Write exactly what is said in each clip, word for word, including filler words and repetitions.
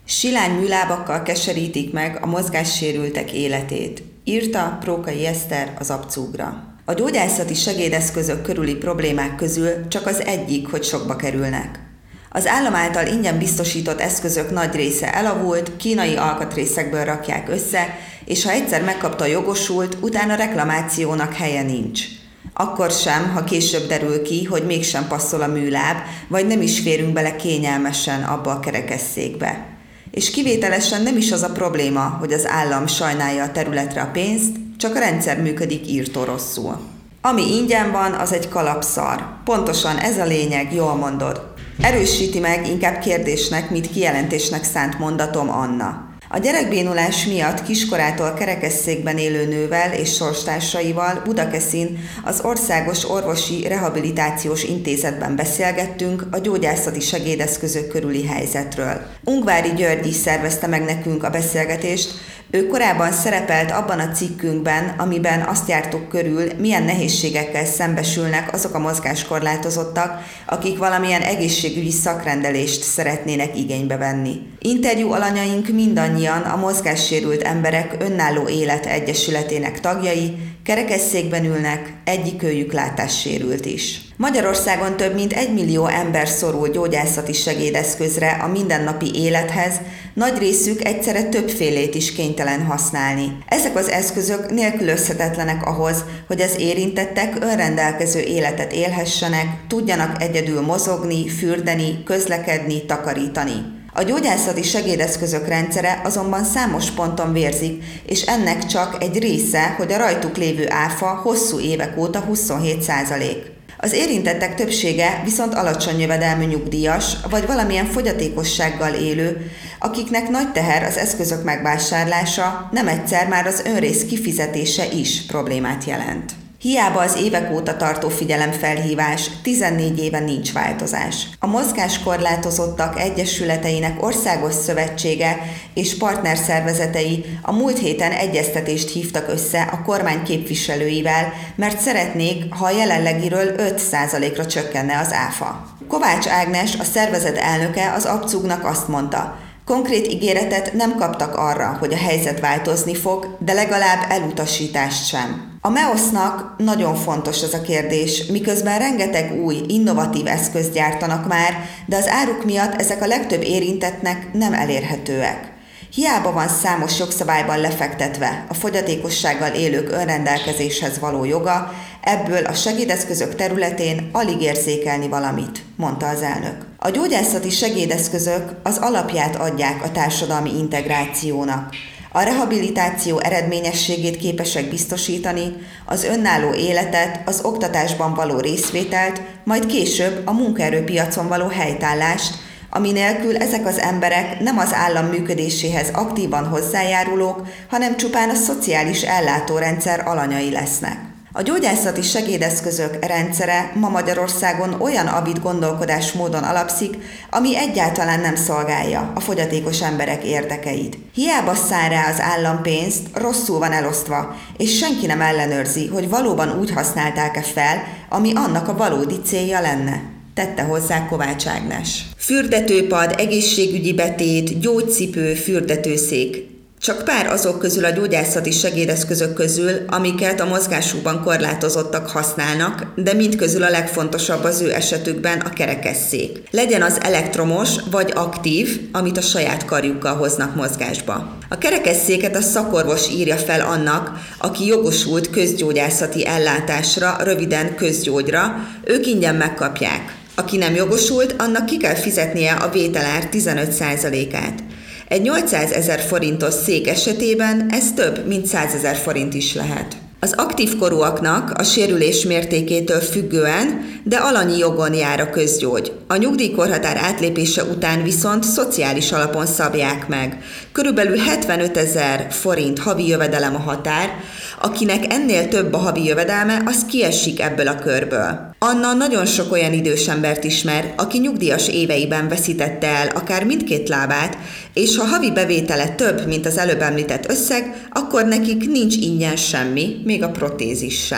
Silány műlábakkal keserítik meg a mozgássérültek életét, írta Prókai Eszter az Abcúgra. A gyógyászati segédeszközök körüli problémák közül csak az egyik, hogy sokba kerülnek. Az állam által ingyen biztosított eszközök nagy része elavult, kínai alkatrészekből rakják össze, és ha egyszer megkapta a jogosult, utána reklamációnak helye nincs. Akkor sem, ha később derül ki, hogy mégsem passzol a műláb, vagy nem is férünk bele kényelmesen abba a kerekesszékbe. És kivételesen nem is az a probléma, hogy az állam sajnálja a területre a pénzt, csak a rendszer működik írtó rosszul. Ami ingyen van, az egy kalapszar. Pontosan ez a lényeg, jól mondod. Erősíti meg inkább kérdésnek, mint kijelentésnek szánt mondatom Anna. A gyerekbénulás miatt kiskorától kerekesszékben élő nővel és sorstársaival Budakeszin az Országos Orvosi Rehabilitációs Intézetben beszélgettünk a gyógyászati segédeszközök körüli helyzetről. Ungvári György is szervezte meg nekünk a beszélgetést. Ő korábban szerepelt abban a cikkünkben, amiben azt jártuk körül, milyen nehézségekkel szembesülnek azok a mozgáskorlátozottak, akik valamilyen egészségügyi szakrendelést szeretnének igénybe venni. Interjú alanyaink mindannyian a mozgássérült emberek önálló élet egyesületének tagjai, kerekesszékben ülnek, egyikőjük látássérült is. Magyarországon több mint egy millió ember szorul gyógyászati segédeszközre a mindennapi élethez, nagy részük egyszerre többfélét is kénytelen használni. Ezek az eszközök nélkülözhetetlenek ahhoz, hogy az érintettek önrendelkező életet élhessenek, tudjanak egyedül mozogni, fürdeni, közlekedni, takarítani. A gyógyászati segédeszközök rendszere azonban számos ponton vérzik, és ennek csak egy része, hogy a rajtuk lévő áfa hosszú évek óta huszonhét százalék. Az érintettek többsége viszont alacsony jövedelmű nyugdíjas, vagy valamilyen fogyatékossággal élő, akiknek nagy teher az eszközök megvásárlása, nem egyszer már az önrész kifizetése is problémát jelent. Hiába az évek óta tartó figyelemfelhívás, tizennégy éve nincs változás. A mozgáskorlátozottak egyesületeinek országos szövetsége és partnerszervezetei a múlt héten egyeztetést hívtak össze a kormány képviselőivel, mert szeretnék, ha a jelenlegiről öt százalékra csökkenne az áfa. Kovács Ágnes, a szervezet elnöke az Abcúgnak azt mondta, konkrét ígéretet nem kaptak arra, hogy a helyzet változni fog, de legalább elutasítást sem. A meosznak nagyon fontos ez a kérdés, miközben rengeteg új, innovatív eszközt gyártanak már, de az áruk miatt ezek a legtöbb érintettnek nem elérhetőek. Hiába van számos jogszabályban lefektetve a fogyatékossággal élők önrendelkezéshez való joga, ebből a segédeszközök területén alig érzékelni valamit, mondta az elnök. A gyógyászati segédeszközök az alapját adják a társadalmi integrációnak. A rehabilitáció eredményességét képesek biztosítani, az önálló életet, az oktatásban való részvételt, majd később a munkaerőpiacon való helytállást, ami nélkül ezek az emberek nem az állam működéséhez aktívan hozzájárulók, hanem csupán a szociális ellátórendszer alanyai lesznek. A gyógyászati segédeszközök rendszere ma Magyarországon olyan avid gondolkodásmódon alapszik, ami egyáltalán nem szolgálja a fogyatékos emberek érdekeit. Hiába száll rá az állam pénzt, rosszul van elosztva, és senki nem ellenőrzi, hogy valóban úgy használták-e fel, ami annak a valódi célja lenne, tette hozzá Kovács Ágnes. Fürdetőpad, egészségügyi betét, gyógycipő, fürdetőszék. Csak pár azok közül a gyógyászati segédeszközök közül, amiket a mozgásukban korlátozottak használnak, de mindközül a legfontosabb az ő esetükben a kerekesszék. Legyen az elektromos vagy aktív, amit a saját karjukkal hoznak mozgásba. A kerekesszéket a szakorvos írja fel annak, aki jogosult közgyógyászati ellátásra, röviden közgyógyra, ők ingyen megkapják. Aki nem jogosult, annak ki kell fizetnie a vételár tizenöt százalékát. Egy nyolcszázezer forintos szék esetében ez több, mint százezer forint is lehet. Az aktív korúaknak a sérülés mértékétől függően, de alanyi jogon jár a közgyógy. A nyugdíjkorhatár átlépése után viszont szociális alapon szabják meg. Körülbelül hetvenötezer forint havi jövedelem a határ, akinek ennél több a havi jövedelme, az kiesik ebből a körből. Anna nagyon sok olyan idős embert ismer, aki nyugdíjas éveiben veszítette el akár mindkét lábát, és ha havi bevétele több, mint az előbb említett összeg, akkor nekik nincs ingyen semmi, még a protézis sem.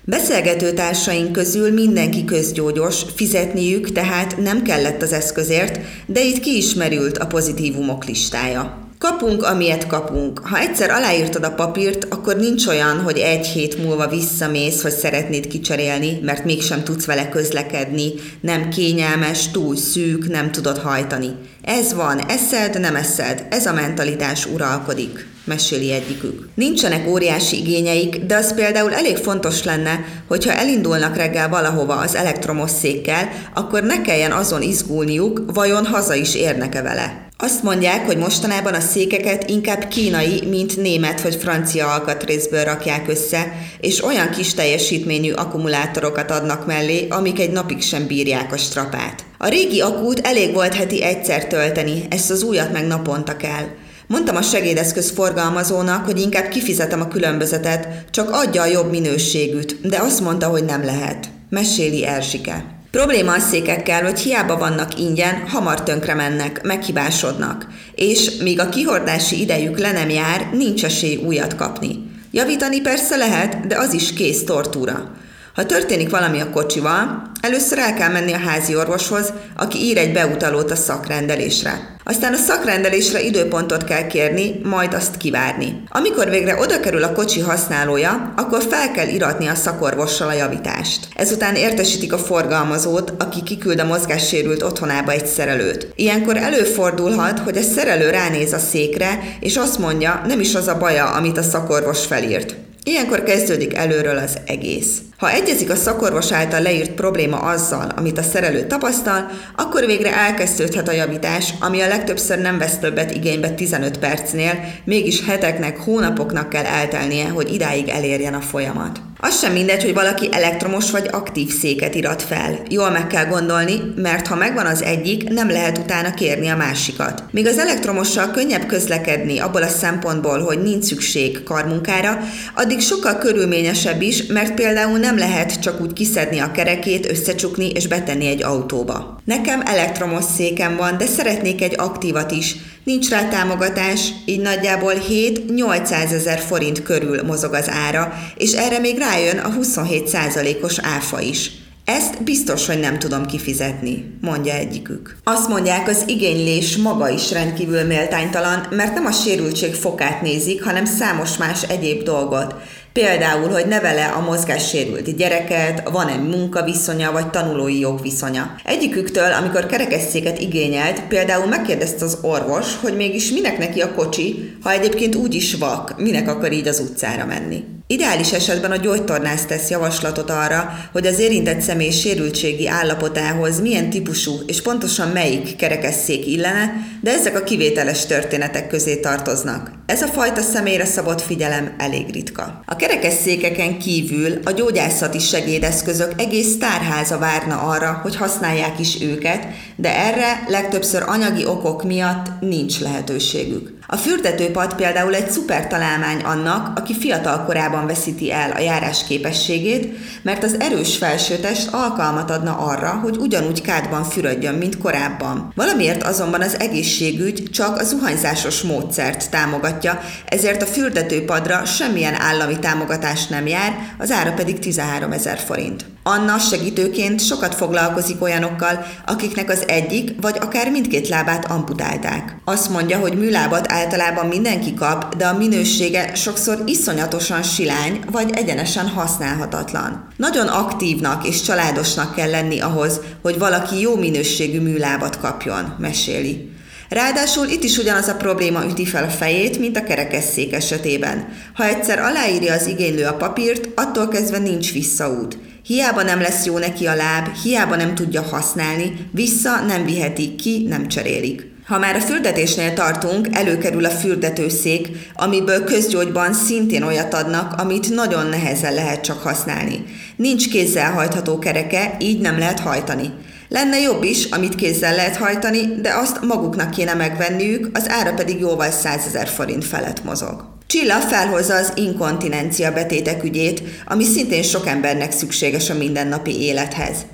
Beszélgető társaink közül mindenki közgyógyos, fizetniük tehát nem kellett az eszközért, de itt ki is merült a pozitívumok listája. Kapunk, amilyet kapunk. Ha egyszer aláírtad a papírt, akkor nincs olyan, hogy egy hét múlva visszamész, hogy szeretnéd kicserélni, mert mégsem tudsz vele közlekedni, nem kényelmes, túl szűk, nem tudod hajtani. Ez van, eszed, nem eszed, ez a mentalitás uralkodik, meséli egyikük. Nincsenek óriási igényeik, de az például elég fontos lenne, hogyha elindulnak reggel valahova az elektromos székkel, akkor ne kelljen azon izgulniuk, vajon haza is érnek-e vele. Azt mondják, hogy mostanában a székeket inkább kínai, mint német vagy francia alkatrészből rakják össze, és olyan kis teljesítményű akkumulátorokat adnak mellé, amik egy napig sem bírják a strapát. A régi akút elég volt heti egyszer tölteni, ezt az újat meg naponta kell. Mondtam a segédeszköz forgalmazónak, hogy inkább kifizetem a különbözetet, csak adja a jobb minőségűt, de azt mondta, hogy nem lehet. Meséli Erzsike. Probléma a székekkel, hogy hiába vannak ingyen, hamar tönkre mennek, meghibásodnak, és míg a kihordási idejük le nem jár, nincs esély újat kapni. Javítani persze lehet, de az is kész tortúra. Ha történik valami a kocsival, először el kell menni a házi orvoshoz, aki ír egy beutalót a szakrendelésre. Aztán a szakrendelésre időpontot kell kérni, majd azt kivárni. Amikor végre oda kerül a kocsi használója, akkor fel kell iratni a szakorvossal a javítást. Ezután értesítik a forgalmazót, aki kiküld a mozgássérült otthonába egy szerelőt. Ilyenkor előfordulhat, hogy a szerelő ránéz a székre, és azt mondja, nem is az a baja, amit a szakorvos felírt. Ilyenkor kezdődik előről az egész. Ha egyezik a szakorvos által leírt probléma azzal, amit a szerelő tapasztal, akkor végre elkezdődhet a javítás, ami a legtöbbször nem vesz többet igénybe tizenöt percnél, mégis heteknek, hónapoknak kell eltelnie, hogy idáig elérjen a folyamat. Az sem mindegy, hogy valaki elektromos vagy aktív széket irat fel. Jól meg kell gondolni, mert ha megvan az egyik, nem lehet utána kérni a másikat. Míg az elektromossal könnyebb közlekedni abból a szempontból, hogy nincs szükség karmunkára, addig sokkal körülményesebb is, mert például nem lehet csak úgy kiszedni a kerekét, összecsukni és betenni egy autóba. Nekem elektromos székem van, de szeretnék egy aktívat is. Nincs rá támogatás, így nagyjából hét-nyolcszázezer forint körül mozog az ára, és erre még rájön a huszonhét százalékos áfa is. Ezt biztos, hogy nem tudom kifizetni, mondja egyikük. Azt mondják, az igénylés maga is rendkívül méltánytalan, mert nem a sérültség fokát nézik, hanem számos más egyéb dolgot. Például, hogy nevele a mozgássérült gyereket, van-e munkaviszonya vagy tanulói jogviszonya. Egyiküktől, amikor kerekesszéket igényelt, például megkérdezte az orvos, hogy mégis minek neki a kocsi, ha egyébként úgy is vak, minek akar így az utcára menni. Ideális esetben a gyógytornász tesz javaslatot arra, hogy az érintett személy sérültségi állapotához milyen típusú és pontosan melyik kerekesszék illene, de ezek a kivételes történetek közé tartoznak. Ez a fajta személyre szabott figyelem elég ritka. A kerekesszékeken kívül a gyógyászati segédeszközök egész tárháza várna arra, hogy használják is őket, de erre legtöbbször anyagi okok miatt nincs lehetőségük. A fürdetőpad például egy szuper találmány annak, aki fiatal korában veszíti el a járás képességét, mert az erős felsőtest alkalmat adna arra, hogy ugyanúgy kádban fürödjön, mint korábban. Valamiért azonban az egészségügy csak a zuhanyzásos módszert támogatja, ezért a fürdetőpadra semmilyen állami támogatás nem jár, az ára pedig tizenháromezer forint. Anna segítőként sokat foglalkozik olyanokkal, akiknek az egyik vagy akár mindkét lábát amputálták. Azt mondja, hogy műlábat általában mindenki kap, de a minősége sokszor iszonyatosan silány vagy egyenesen használhatatlan. Nagyon aktívnak és családosnak kell lenni ahhoz, hogy valaki jó minőségű műlábat kapjon, meséli. Ráadásul itt is ugyanaz a probléma üti fel a fejét, mint a kerekesszék esetében. Ha egyszer aláírja az igénylő a papírt, attól kezdve nincs visszaút. Hiába nem lesz jó neki a láb, hiába nem tudja használni, vissza nem vihetik ki, nem cserélik. Ha már a fürdetésnél tartunk, előkerül a fürdetőszék, amiből közgyógyban szintén olyat adnak, amit nagyon nehezen lehet csak használni. Nincs kézzel hajtható kereke, így nem lehet hajtani. Lenne jobb is, amit kézzel lehet hajtani, de azt maguknak kéne megvenniük, az ára pedig jóval százezer forint felett mozog. Csilla felhozza az inkontinencia betétek ügyét, ami szintén sok embernek szükséges a mindennapi élethez.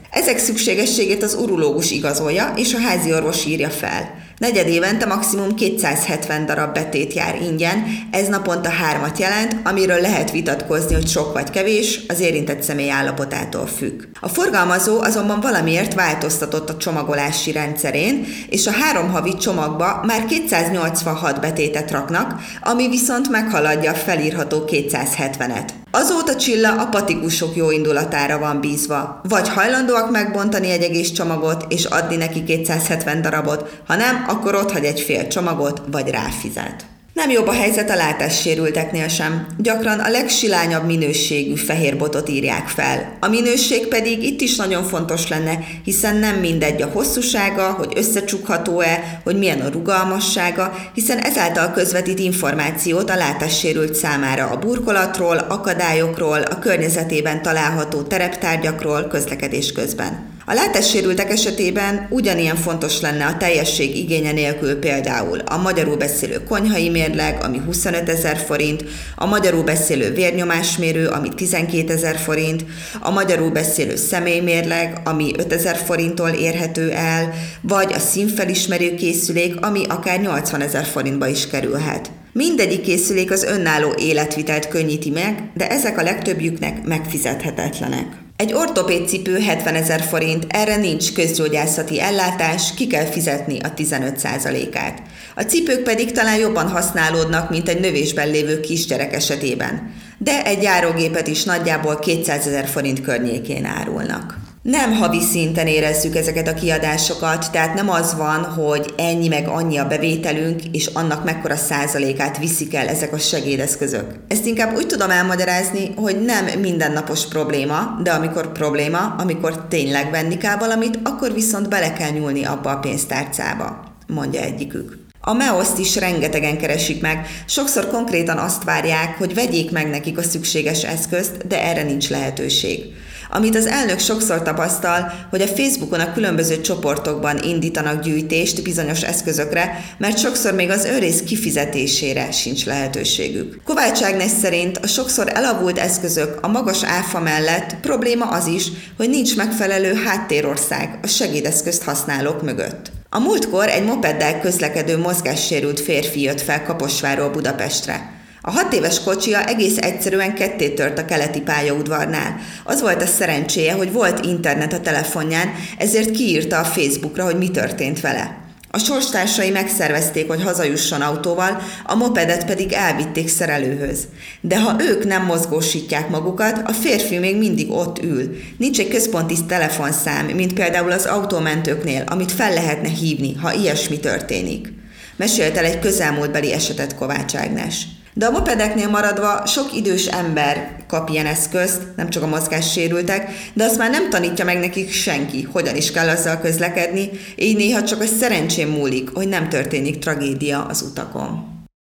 Ezek szükségességét az urológus igazolja, és a házi orvos írja fel. Negyed évente maximum kétszázhetven darab betét jár ingyen, ez naponta hármat jelent, amiről lehet vitatkozni, hogy sok vagy kevés, az érintett személy állapotától függ. A forgalmazó azonban valamiért változtatott a csomagolási rendszerén, és a három havi csomagba már kétszáznyolcvanhat betétet raknak, ami viszont meghaladja a felírható kétszázhetvenet. Azóta Csilla a patikusok jó indulatára van bízva. Vagy hajlandóak megbontani egy egész csomagot és adni neki kétszázhetven darabot, ha nem, akkor otthagy egy fél csomagot, vagy ráfizet. Nem jobb a helyzet a látássérülteknél sem. Gyakran a legsilányabb minőségű fehér botot írják fel. A minőség pedig itt is nagyon fontos lenne, hiszen nem mindegy a hosszúsága, hogy összecsukható-e, hogy milyen a rugalmassága, hiszen ezáltal közvetít információt a látássérült számára a burkolatról, akadályokról, a környezetében található tereptárgyakról közlekedés közben. A látássérültek esetében ugyanilyen fontos lenne a teljesség igénye nélkül például a magyarul beszélő konyhai mérleg, ami huszonötezer forint, a magyarul beszélő vérnyomásmérő, ami tizenkétezer forint, a magyarul beszélő személymérleg, ami ötezer forinttól érhető el, vagy a színfelismerő készülék, ami akár nyolcvanezer forintba is kerülhet. Mindegyik készülék az önálló életvitelt könnyíti meg, de ezek a legtöbbjüknek megfizethetetlenek. Egy ortopédcipő hetvenezer forint, erre nincs közgyógyászati ellátás, ki kell fizetni a tizenöt százalékát. A cipők pedig talán jobban használódnak, mint egy növésben lévő kisgyerek esetében. De egy járógépet is nagyjából kétszázezer forint környékén árulnak. Nem havi szinten érezzük ezeket a kiadásokat, tehát nem az van, hogy ennyi meg annyi a bevételünk, és annak mekkora százalékát viszik el ezek a segédeszközök. Ezt inkább úgy tudom elmagyarázni, hogy nem mindennapos probléma, de amikor probléma, amikor tényleg venni kell valamit, akkor viszont bele kell nyúlni abba a pénztárcába, mondja egyikük. A meoszt is rengetegen keresik meg, sokszor konkrétan azt várják, hogy vegyék meg nekik a szükséges eszközt, de erre nincs lehetőség. Amit az elnök sokszor tapasztal, hogy a Facebookon a különböző csoportokban indítanak gyűjtést bizonyos eszközökre, mert sokszor még az önrész kifizetésére sincs lehetőségük. Kovács Ágnes szerint a sokszor elavult eszközök a magas áfa mellett probléma az is, hogy nincs megfelelő háttérország a segédeszközt használók mögött. A múltkor egy mopeddel közlekedő mozgássérült férfi jött fel Kaposvárról Budapestre. A hat éves kocsija egész egyszerűen kettétört a keleti pályaudvarnál. Az volt a szerencséje, hogy volt internet a telefonján, ezért kiírta a Facebookra, hogy mi történt vele. A sorstársai megszervezték, hogy hazajusson autóval, a mopedet pedig elvitték szerelőhöz. De ha ők nem mozgósítják magukat, a férfi még mindig ott ül. Nincs egy központi telefonszám, mint például az autómentőknél, amit fel lehetne hívni, ha ilyesmi történik. Mesélt el egy közelmúltbeli esetet Kovács Ágnes. De a mopedeknél maradva sok idős ember kap ilyen eszközt, nem csak a mozgássérültek, de azt már nem tanítja meg nekik senki, hogyan is kell azzal közlekedni, így néha csak a szerencsém múlik, hogy nem történik tragédia az utakon.